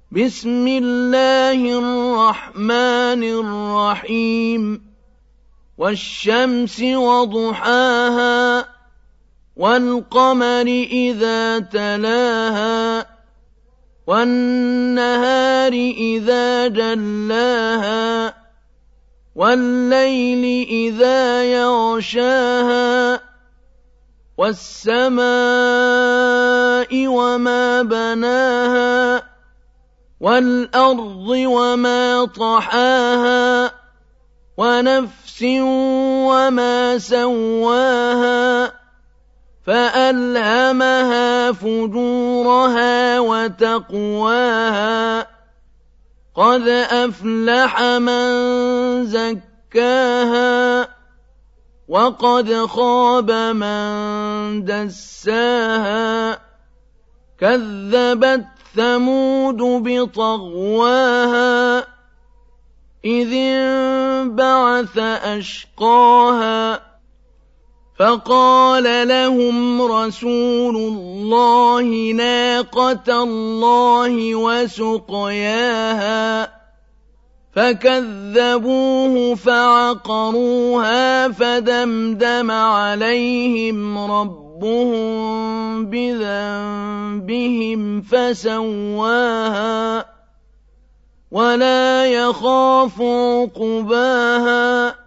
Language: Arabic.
بسم الله الرحمن الرحيم والشمس وضحاها والقمر إذا تلاها والنهار إذا جلاها والليل إذا يغشاها والسماء وما بناها والأرض وما طحاها ونفس وما سواها فألهمها فجورها وتقواها قد أفلح من زكاها وقد خاب من دساها كذبت ثمود بطغواها إذ انبعث أشقاها فقال لهم رسول الله ناقة الله وسقياها فكذبوه فعقروها فدمدم عليهم ربهم بذنبهم فسواها ولا يخاف عقباها